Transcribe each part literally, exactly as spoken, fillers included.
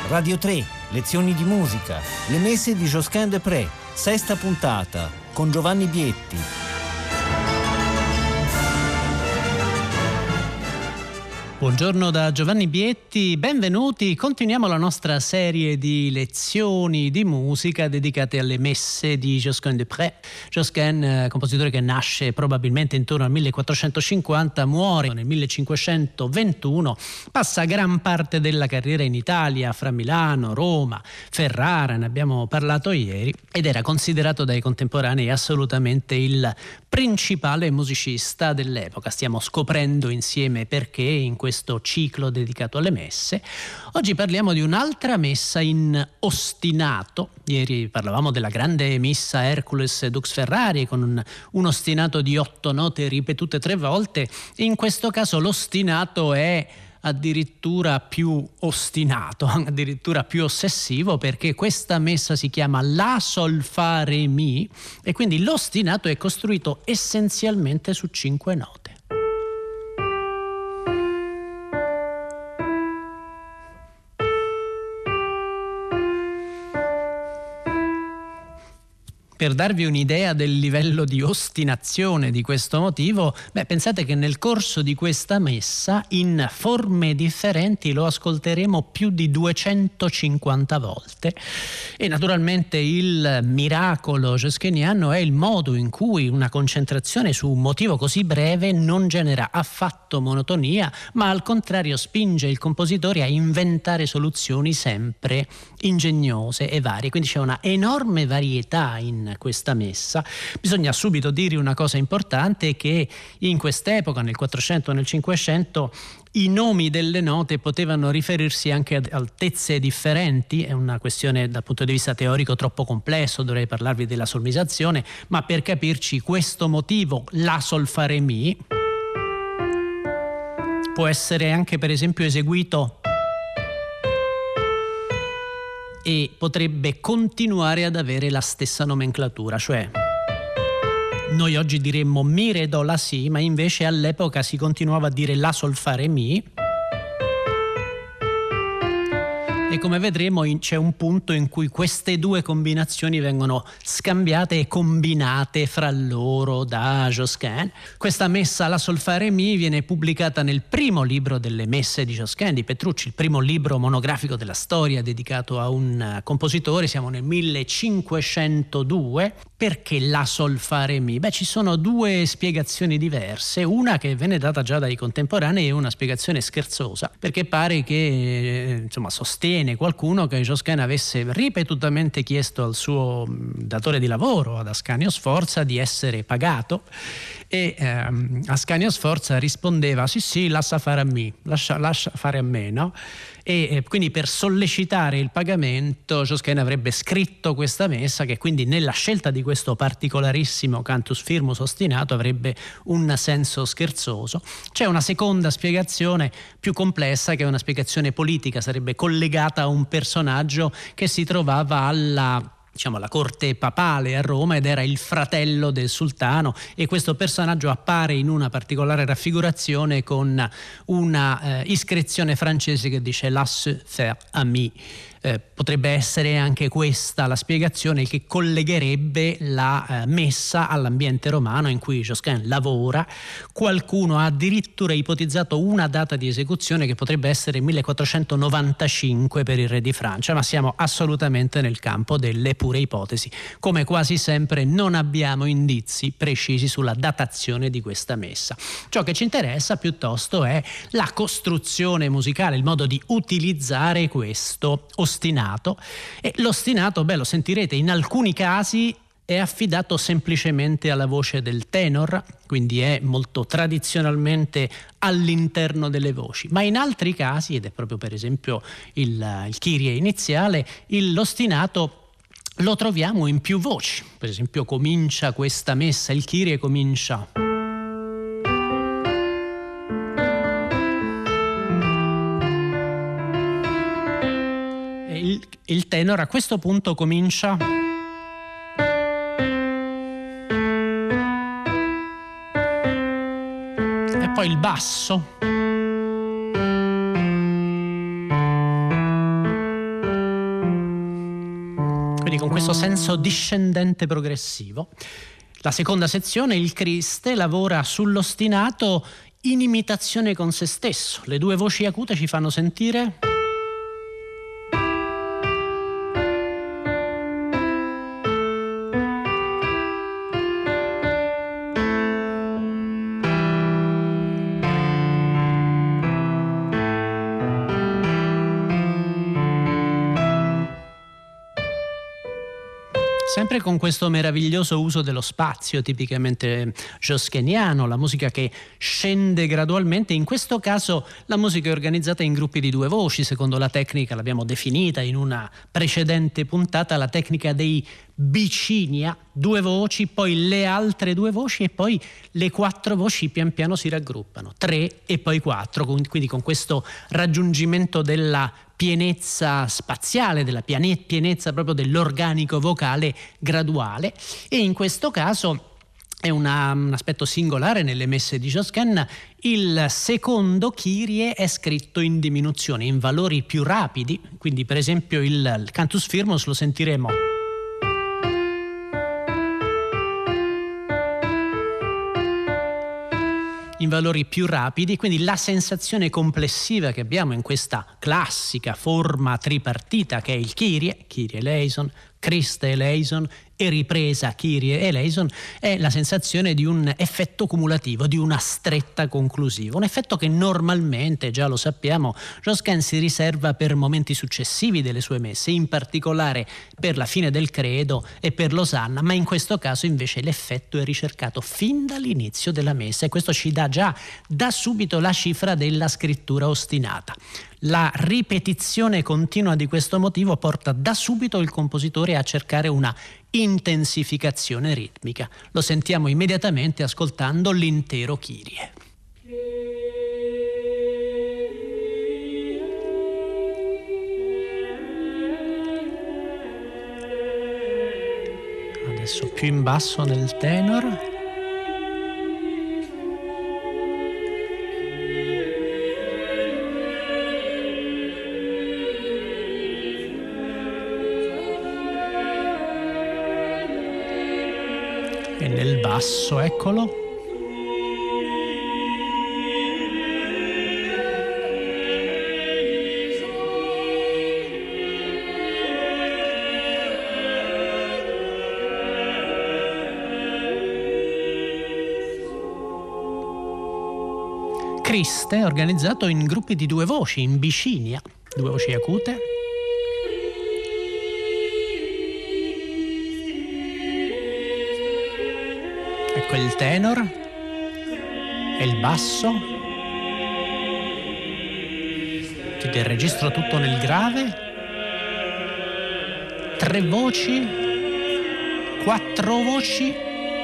Radio tre, lezioni di musica, le messe di Josquin des Prez, sesta puntata, con Giovanni Bietti. Buongiorno da Giovanni Bietti, benvenuti. Continuiamo la nostra serie di lezioni di musica dedicate alle messe di Josquin des Prez. Josquin, eh, compositore che nasce probabilmente intorno al millequattrocentocinquanta, muore nel millecinquecentoventuno, passa gran parte della carriera in Italia, fra Milano, Roma, Ferrara, ne abbiamo parlato ieri, ed era considerato dai contemporanei assolutamente il principale musicista dell'epoca. Stiamo scoprendo insieme perché in questo ciclo dedicato alle messe. Oggi parliamo di un'altra messa in ostinato. Ieri parlavamo della grande missa Hercules Dux Ferrari con un, un ostinato di otto note ripetute tre volte. In questo caso l'ostinato è addirittura più ostinato, addirittura più ossessivo, perché questa messa si chiama La Sol Fa Re Mi e quindi l'ostinato è costruito essenzialmente su cinque note. Per darvi un'idea del livello di ostinazione di questo motivo, beh, pensate che nel corso di questa messa, in forme differenti, lo ascolteremo più di duecentocinquanta volte. E naturalmente il miracolo josquiniano è il modo in cui una concentrazione su un motivo così breve non genera affatto monotonia, ma al contrario spinge il compositore a inventare soluzioni sempre ingegnose e varie. Quindi c'è una enorme varietà in questa messa. Bisogna subito dire una cosa importante, che in quest'epoca, nel quattrocento e nel cinquecento, i nomi delle note potevano riferirsi anche ad altezze differenti. È una questione dal punto di vista teorico troppo complesso, dovrei parlarvi della solmizazione, ma per capirci questo motivo, La Sol Fa Re Mi, può essere anche per esempio eseguito e potrebbe continuare ad avere la stessa nomenclatura, cioè noi oggi diremmo Mi Re Do La Si, ma invece all'epoca si continuava a dire La Sol Fa Re Mi. E come vedremo c'è un punto in cui queste due combinazioni vengono scambiate e combinate fra loro da Josquin. Questa messa La Sol Fa Re Mi viene pubblicata nel primo libro delle messe di Josquin, di Petrucci, il primo libro monografico della storia dedicato a un compositore. Siamo nel millecinquecentodue. Perché La Sol Fa Re Mi? Beh, ci sono due spiegazioni diverse, una che venne data già dai contemporanei e una spiegazione scherzosa, perché pare che, insomma, sostiene qualcuno che Josquin avesse ripetutamente chiesto al suo datore di lavoro, ad Ascanio Sforza, di essere pagato, e ehm, Ascanio Sforza rispondeva sì sì, lascia fare a me, lascia, lascia fare a me, no? E eh, quindi per sollecitare il pagamento Josquin avrebbe scritto questa messa, che quindi nella scelta di questo particolarissimo cantus firmus ostinato avrebbe un senso scherzoso. C'è una seconda spiegazione più complessa, che è una spiegazione politica, sarebbe collegata a un personaggio che si trovava alla diciamo alla corte papale a Roma ed era il fratello del sultano, e questo personaggio appare in una particolare raffigurazione con una eh, iscrizione francese che dice laisse faire ami. Eh, potrebbe essere anche questa la spiegazione che collegherebbe la eh, messa all'ambiente romano in cui Josquin lavora. Qualcuno ha addirittura ipotizzato una data di esecuzione che potrebbe essere millequattrocentonovantacinque per il re di Francia, ma siamo assolutamente nel campo delle pure ipotesi. Come quasi sempre non abbiamo indizi precisi sulla datazione di questa messa. Ciò che ci interessa piuttosto è la costruzione musicale, il modo di utilizzare questo ostinato. E l'ostinato, beh, lo sentirete, in alcuni casi è affidato semplicemente alla voce del tenor, quindi è molto tradizionalmente all'interno delle voci, ma in altri casi, ed è proprio per esempio il, il Kyrie iniziale, il, l'ostinato lo troviamo in più voci. Per esempio comincia questa messa, il Kyrie comincia Il, il tenor a questo punto comincia e poi il basso questo senso discendente progressivo. La seconda sezione, il Criste, lavora sull'ostinato in imitazione con se stesso. Le due voci acute ci fanno sentire... Sempre con questo meraviglioso uso dello spazio tipicamente josquiniano, la musica che scende gradualmente. In questo caso la musica è organizzata in gruppi di due voci, secondo la tecnica, l'abbiamo definita in una precedente puntata, la tecnica dei bicinia, due voci, poi le altre due voci e poi le quattro voci pian piano si raggruppano, tre e poi quattro, quindi con questo raggiungimento della pienezza spaziale, della pienezza proprio dell'organico vocale graduale. E in questo caso è una, un aspetto singolare nelle messe di Josquin. Il secondo Kyrie è scritto in diminuzione, in valori più rapidi, quindi per esempio il, il Cantus Firmus lo sentiremo in valori più rapidi, quindi la sensazione complessiva che abbiamo in questa classica forma tripartita che è il Kyrie, Kyrie eleison, Christe eleison e ripresa Kyrie eleison, è la sensazione di un effetto cumulativo, di una stretta conclusiva, un effetto che normalmente, già lo sappiamo, Josquin si riserva per momenti successivi delle sue messe, in particolare per la fine del Credo e per l'Osanna, ma in questo caso invece l'effetto è ricercato fin dall'inizio della messa e questo ci dà già da subito la cifra della scrittura ostinata. La ripetizione continua di questo motivo porta da subito il compositore a cercare una intensificazione ritmica. Lo sentiamo immediatamente ascoltando l'intero Kyrie. Adesso più in basso nel tenor. E nel basso, eccolo. Christe è organizzato in gruppi di due voci, in bicinia, due voci acute. Ecco il tenor e il basso. Chiude il registro tutto nel grave. Tre voci, quattro voci.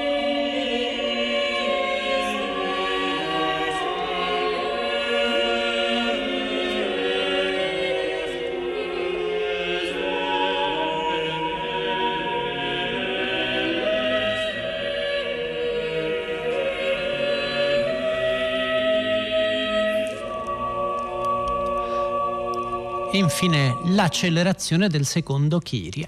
E infine l'accelerazione del secondo Kyrie.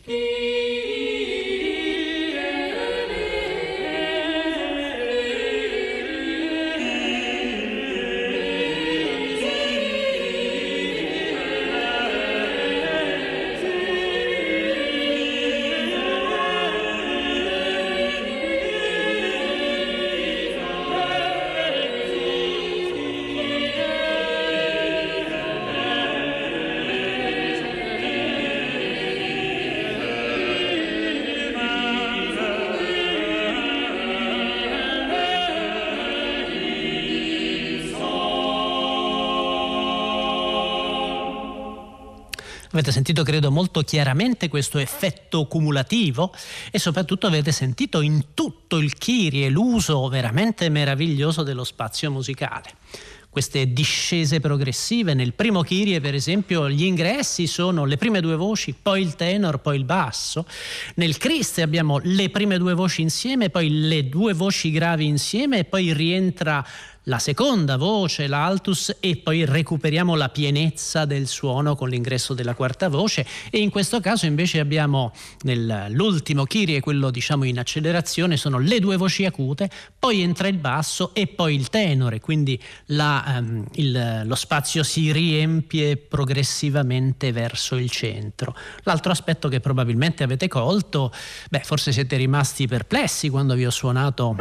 Avete sentito, credo, molto chiaramente questo effetto cumulativo e soprattutto avete sentito in tutto il Kyrie l'uso veramente meraviglioso dello spazio musicale. Queste discese progressive, nel primo Kyrie per esempio gli ingressi sono le prime due voci, poi il tenor, poi il basso. Nel Christe abbiamo le prime due voci insieme, poi le due voci gravi insieme e poi rientra la seconda voce, l'altus, e poi recuperiamo la pienezza del suono con l'ingresso della quarta voce, e in questo caso invece abbiamo nell'ultimo Kyrie, quello diciamo in accelerazione, sono le due voci acute, poi entra il basso e poi il tenore, quindi la, um, il, lo spazio si riempie progressivamente verso il centro. L'altro aspetto che probabilmente avete colto, beh, forse siete rimasti perplessi quando vi ho suonato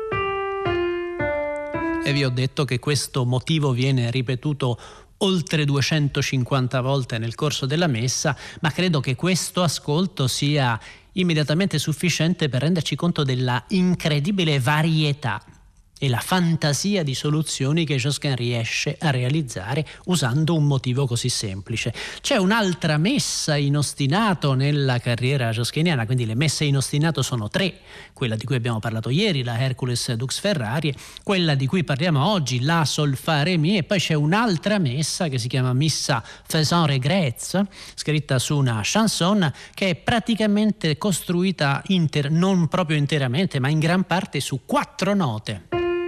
e vi ho detto che questo motivo viene ripetuto oltre duecentocinquanta volte nel corso della messa, ma credo che questo ascolto sia immediatamente sufficiente per renderci conto della incredibile varietà e la fantasia di soluzioni che Josquin riesce a realizzare usando un motivo così semplice. C'è un'altra messa in ostinato nella carriera josquiniana, quindi le messe in ostinato sono tre: quella di cui abbiamo parlato ieri, la Hercules Dux Ferrari, quella di cui parliamo oggi, la Sol Fa Re Mi, e poi c'è un'altra messa che si chiama Missa Faisant Regrets, scritta su una chanson che è praticamente costruita inter- non proprio interamente, ma in gran parte su quattro note.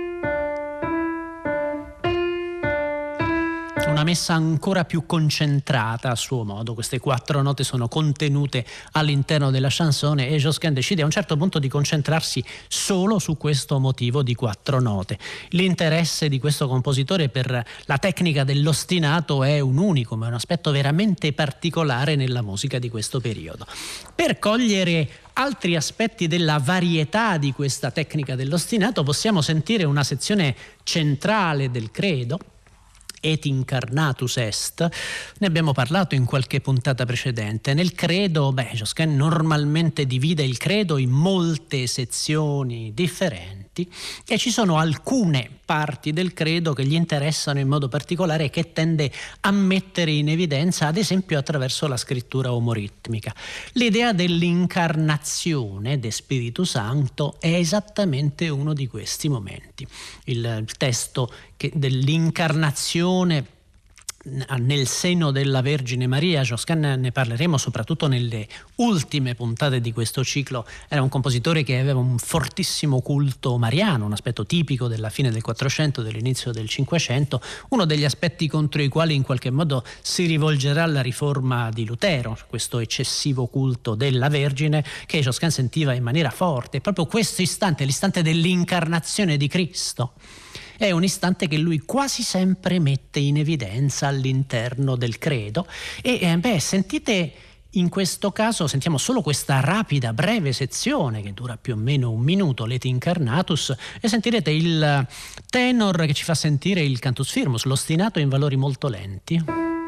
Una messa ancora più concentrata a suo modo. Queste quattro note sono contenute all'interno della chansone e Josquin decide a un certo punto di concentrarsi solo su questo motivo di quattro note. L'interesse di questo compositore per la tecnica dell'ostinato è un unicum, è un aspetto veramente particolare nella musica di questo periodo. Per cogliere altri aspetti della varietà di questa tecnica dell'ostinato possiamo sentire una sezione centrale del credo, Et incarnatus est. Ne abbiamo parlato in qualche puntata precedente. Nel credo, beh, Josquin normalmente divide il credo in molte sezioni differenti e ci sono alcune parti del credo che gli interessano in modo particolare e che tende a mettere in evidenza, ad esempio attraverso la scrittura omoritmica. L'idea dell'incarnazione de Spiritu Santo è esattamente uno di questi momenti. Il, il testo che dell'incarnazione nel seno della Vergine Maria, Josquin ne parleremo soprattutto nelle ultime puntate di questo ciclo. Era un compositore che aveva un fortissimo culto mariano, un aspetto tipico della fine del Quattrocento, dell'inizio del Cinquecento, uno degli aspetti contro i quali in qualche modo si rivolgerà la riforma di Lutero, questo eccessivo culto della Vergine che Josquin sentiva in maniera forte. Proprio questo istante, l'istante dell'incarnazione di Cristo, è un istante che lui quasi sempre mette in evidenza all'interno del credo e eh, beh, sentite in questo caso, sentiamo solo questa rapida, breve sezione che dura più o meno un minuto, l'Et incarnatus, e sentirete il tenor che ci fa sentire il cantus firmus, l'ostinato in valori molto lenti.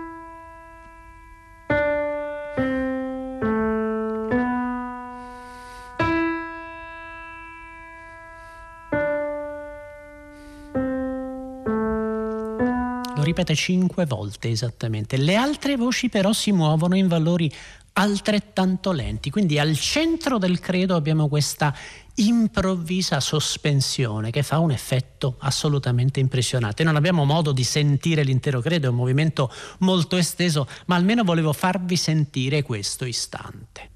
Ripete cinque volte esattamente. Le altre voci però si muovono in valori altrettanto lenti, quindi al centro del credo abbiamo questa improvvisa sospensione che fa un effetto assolutamente impressionante. Non abbiamo modo di sentire l'intero credo, è un movimento molto esteso, ma almeno volevo farvi sentire questo istante.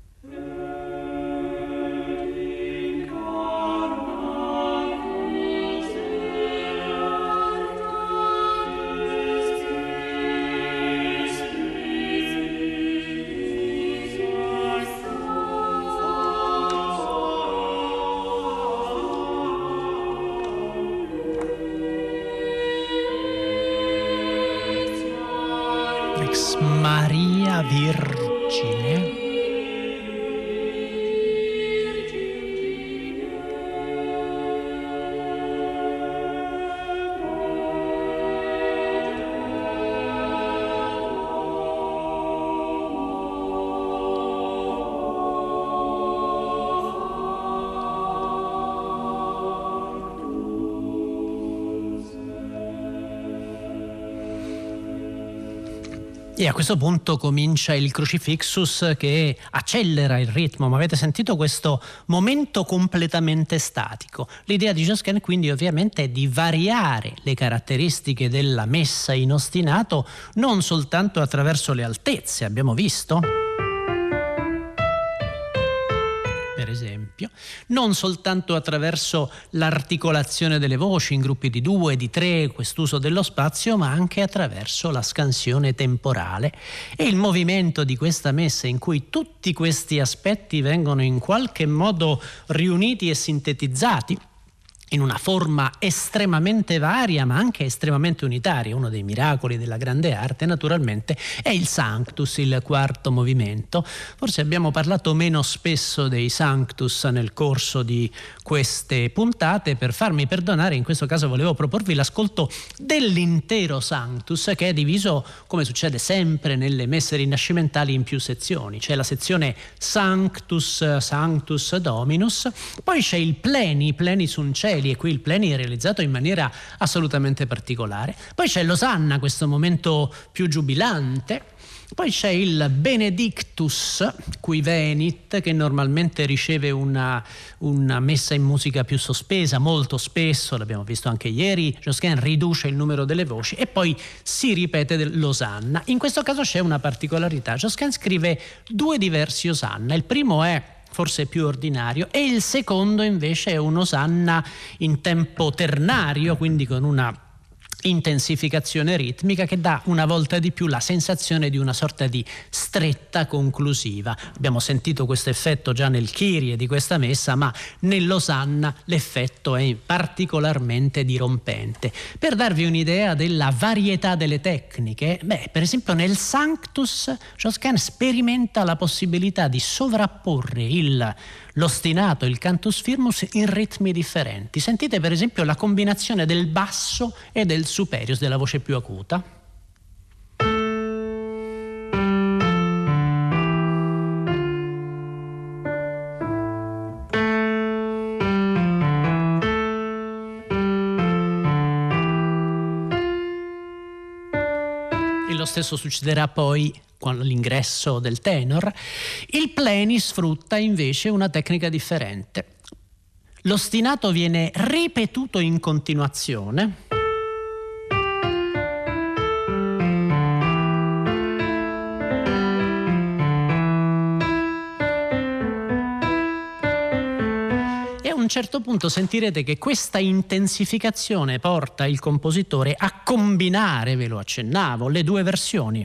Maria Virgine. E a questo punto comincia il Crucifixus che accelera il ritmo, ma avete sentito questo momento completamente statico. L'idea di Josquin quindi ovviamente è di variare le caratteristiche della messa in ostinato non soltanto attraverso le altezze, abbiamo visto? Per esempio. esempio, non soltanto attraverso l'articolazione delle voci in gruppi di due, di tre, quest'uso dello spazio, ma anche attraverso la scansione temporale e il movimento di questa messa in cui tutti questi aspetti vengono in qualche modo riuniti e sintetizzati in una forma estremamente varia ma anche estremamente unitaria. Uno dei miracoli della grande arte naturalmente è il Sanctus, il quarto movimento. Forse abbiamo parlato meno spesso dei Sanctus nel corso di queste puntate. Per farmi perdonare, in questo caso volevo proporvi l'ascolto dell'intero Sanctus, che è diviso, come succede sempre nelle messe rinascimentali, in più sezioni. C'è la sezione Sanctus, Sanctus Dominus, poi c'è il Pleni, Pleni sunt Caeli, e qui il Pleni è realizzato in maniera assolutamente particolare. Poi c'è l'Osanna, questo momento più giubilante. Poi c'è il Benedictus, qui venit, che normalmente riceve una, una messa in musica più sospesa, molto spesso, l'abbiamo visto anche ieri, Josquin riduce il numero delle voci e poi si ripete l'Osanna. In questo caso c'è una particolarità: Josquin scrive due diversi Osanna. Il primo è forse più ordinario e il secondo invece è un'osanna in tempo ternario, quindi con una intensificazione ritmica che dà una volta di più la sensazione di una sorta di stretta conclusiva. Abbiamo sentito questo effetto già nel Kyrie di questa messa, ma nell'Osanna l'effetto è particolarmente dirompente. Per darvi un'idea della varietà delle tecniche, beh, per esempio nel Sanctus Josquin sperimenta la possibilità di sovrapporre il l'ostinato e il cantus firmus in ritmi differenti. Sentite per esempio la combinazione del basso e del superius, della voce più acuta. E lo stesso succederà poi con l'ingresso del tenor. Il Pleni sfrutta invece una tecnica differente. L'ostinato viene ripetuto in continuazione e a un certo punto sentirete che questa intensificazione porta il compositore a combinare, ve lo accennavo, le due versioni.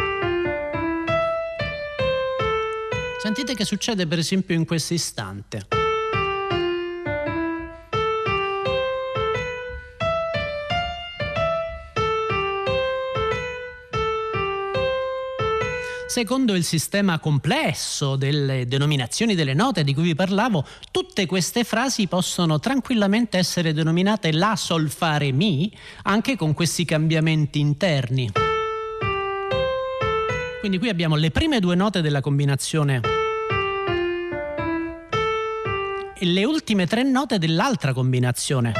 Sentite che succede per esempio in questo istante. Secondo il sistema complesso delle denominazioni delle note di cui vi parlavo, tutte queste frasi possono tranquillamente essere denominate La, Sol, Fa, Re, Mi, anche con questi cambiamenti interni. Quindi qui abbiamo le prime due note della combinazione e le ultime tre note dell'altra combinazione.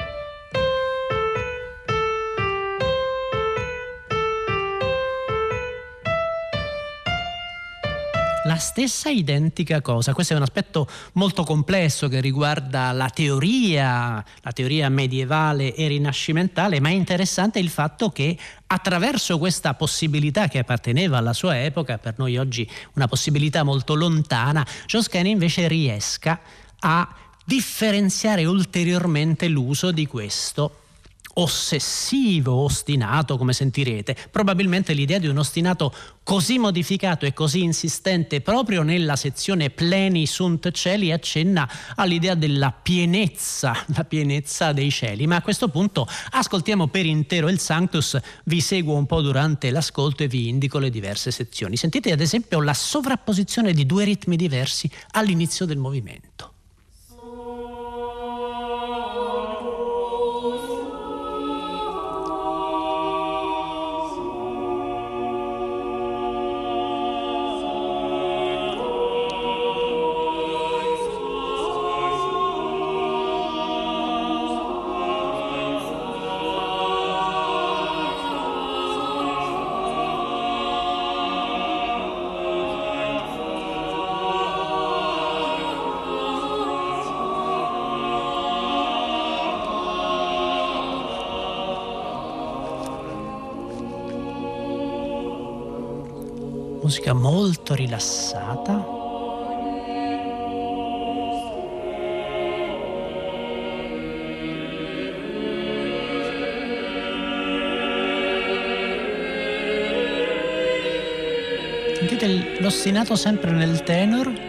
La stessa identica cosa. Questo è un aspetto molto complesso che riguarda la teoria, la teoria medievale e rinascimentale, ma è interessante il fatto che attraverso questa possibilità che apparteneva alla sua epoca, per noi oggi una possibilità molto lontana, Josquin invece riesca a differenziare ulteriormente l'uso di questo ossessivo ostinato, come sentirete. Probabilmente l'idea di un ostinato così modificato e così insistente proprio nella sezione Pleni sunt Caeli accenna all'idea della pienezza, la pienezza dei cieli. Ma a questo punto ascoltiamo per intero il Sanctus, vi seguo un po' durante l'ascolto e vi indico le diverse sezioni. Sentite ad esempio la sovrapposizione di due ritmi diversi all'inizio del movimento. Musica molto rilassata. Sentite il, l'ostinato sempre nel tenor.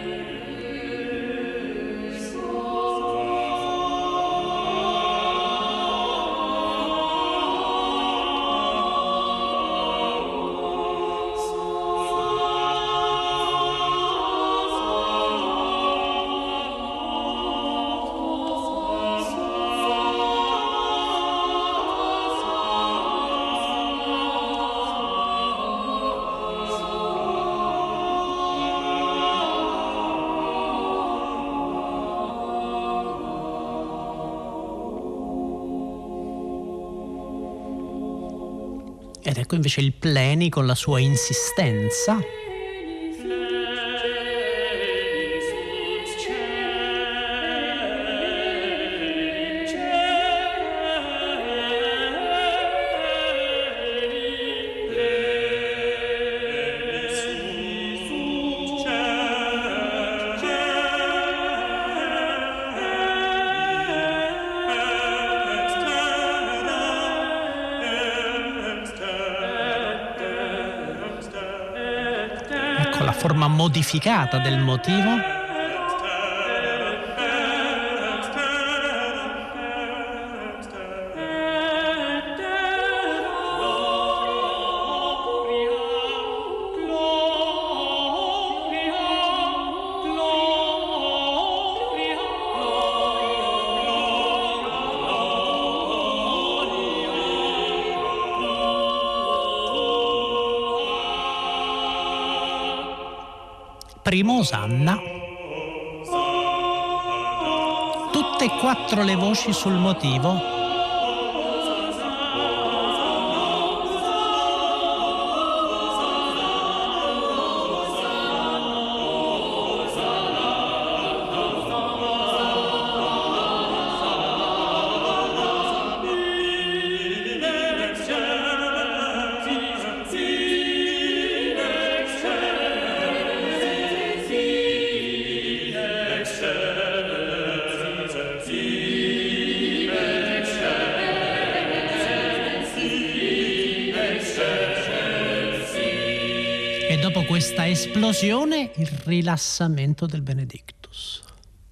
Ed ecco invece il Pleni con la sua insistenza. La forma modificata del motivo. Primo osanna, tutte e quattro le voci sul motivo. E dopo questa esplosione, il rilassamento del Benedictus.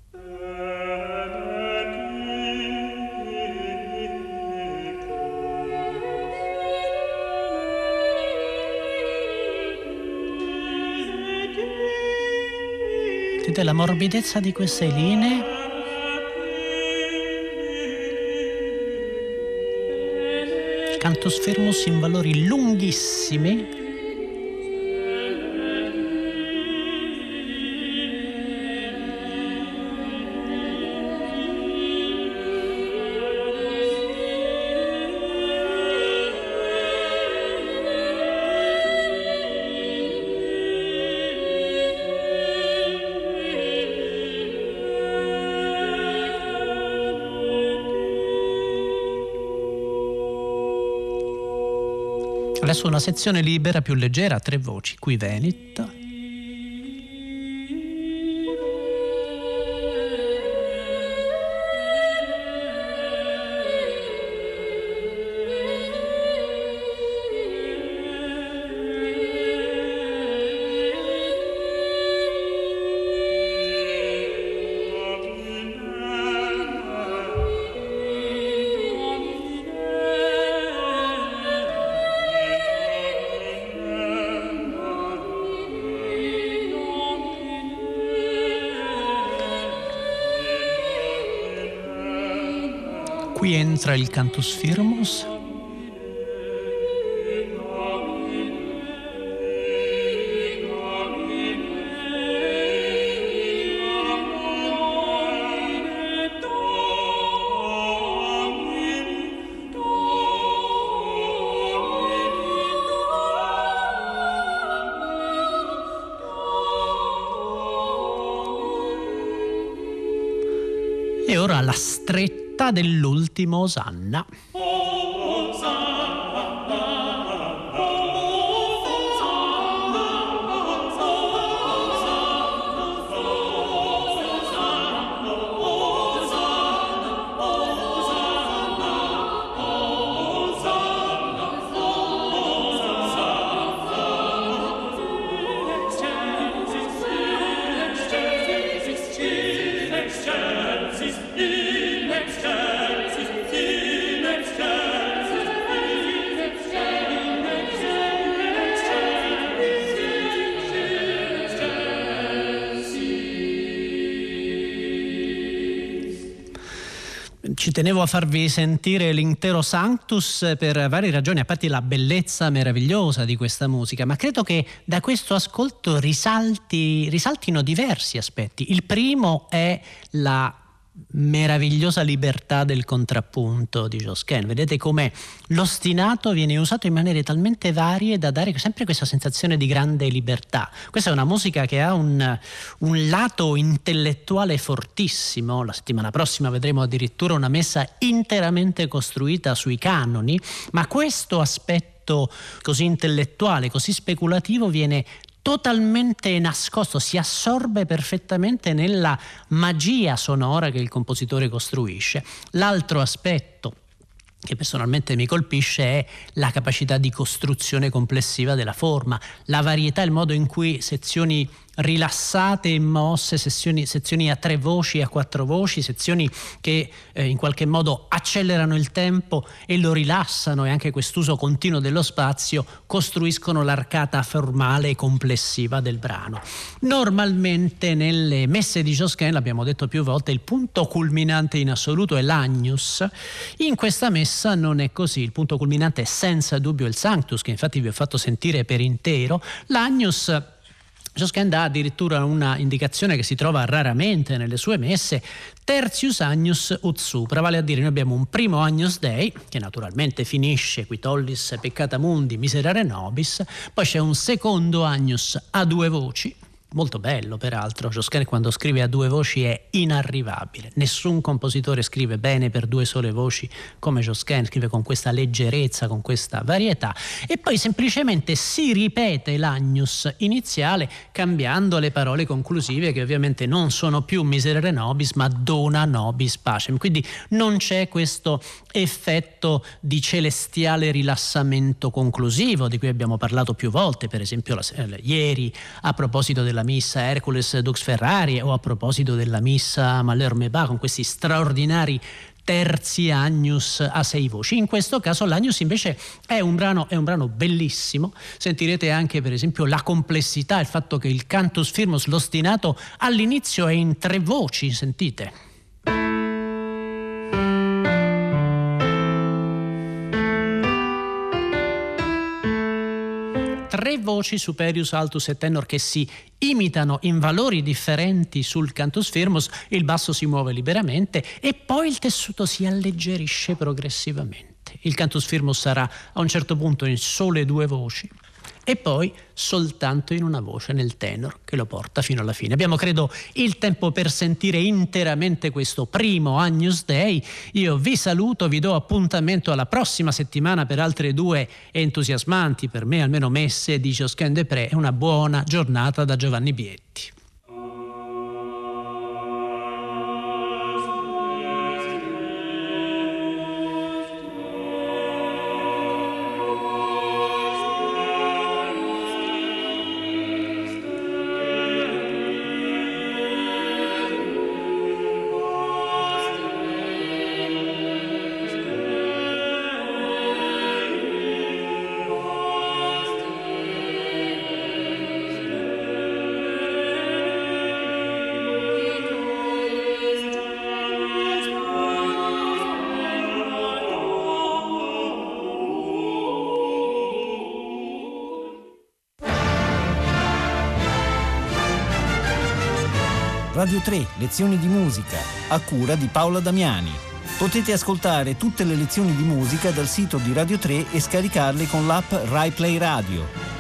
Vedete la morbidezza di queste linee? Cantus firmus in valori lunghissimi. Adesso una sezione libera più leggera a tre voci, qui Venit. Qui entra il Cantus firmus. E ora la stretta dell'ultimo osanna. Ci tenevo a farvi sentire l'intero Sanctus per varie ragioni, a parte la bellezza meravigliosa di questa musica, ma credo che da questo ascolto risalti, risaltino diversi aspetti. Il primo è la meravigliosa libertà del contrappunto di Josquin. Vedete come l'ostinato viene usato in maniere talmente varie da dare sempre questa sensazione di grande libertà. Questa è una musica che ha un, un lato intellettuale fortissimo. La settimana prossima vedremo addirittura una messa interamente costruita sui canoni, ma questo aspetto così intellettuale, così speculativo viene totalmente nascosto, si assorbe perfettamente nella magia sonora che il compositore costruisce. L'altro aspetto che personalmente mi colpisce è la capacità di costruzione complessiva della forma, la varietà, il modo in cui sezioni rilassate e mosse, sezioni, sezioni a tre voci, a quattro voci, sezioni che eh, in qualche modo accelerano il tempo e lo rilassano, e anche quest'uso continuo dello spazio costruiscono l'arcata formale e complessiva del brano. Normalmente nelle messe di Josquin, l'abbiamo detto più volte, il punto culminante in assoluto è l'Agnus. In questa messa non è così, il punto culminante è senza dubbio il Sanctus, che infatti vi ho fatto sentire per intero. L'Agnus, Josquin dà addirittura una indicazione che si trova raramente nelle sue messe: tertius agnus ut supra, vale a dire noi abbiamo un primo Agnus Dei che naturalmente finisce qui tollis peccata mundi miserere nobis, poi c'è un secondo Agnus a due voci, molto bello peraltro. Josquin quando scrive a due voci è inarrivabile, nessun compositore scrive bene per due sole voci come Josquin, scrive con questa leggerezza, con questa varietà, e poi semplicemente si ripete l'Agnus iniziale cambiando le parole conclusive, che ovviamente non sono più miserere nobis ma dona nobis pacem, quindi non c'è questo effetto di celestiale rilassamento conclusivo di cui abbiamo parlato più volte, per esempio la, eh, ieri a proposito della missa Hercules Dux Ferrari o a proposito della missa Malheur me bat, con questi straordinari terzi Agnus a sei voci. In questo caso l'Agnus invece è un brano, è un brano bellissimo. Sentirete anche per esempio la complessità, il fatto che il cantus firmus, l'ostinato, all'inizio è in tre voci, sentite. Tre voci superius, altus e tenor che si imitano in valori differenti sul cantus firmus, il basso si muove liberamente e poi il tessuto si alleggerisce progressivamente. Il cantus firmus sarà a un certo punto in sole due voci e poi soltanto in una voce nel tenor che lo porta fino alla fine. Abbiamo, credo, il tempo per sentire interamente questo primo Agnus Dei. Io vi saluto, vi do appuntamento alla prossima settimana per altre due entusiasmanti, per me almeno, messe di Josquin des Prez, e una buona giornata da Giovanni Bietti. Radio tre, lezioni di musica, a cura di Paola Damiani. Potete ascoltare tutte le lezioni di musica dal sito di Radio tre e scaricarle con l'app Rai Play Radio.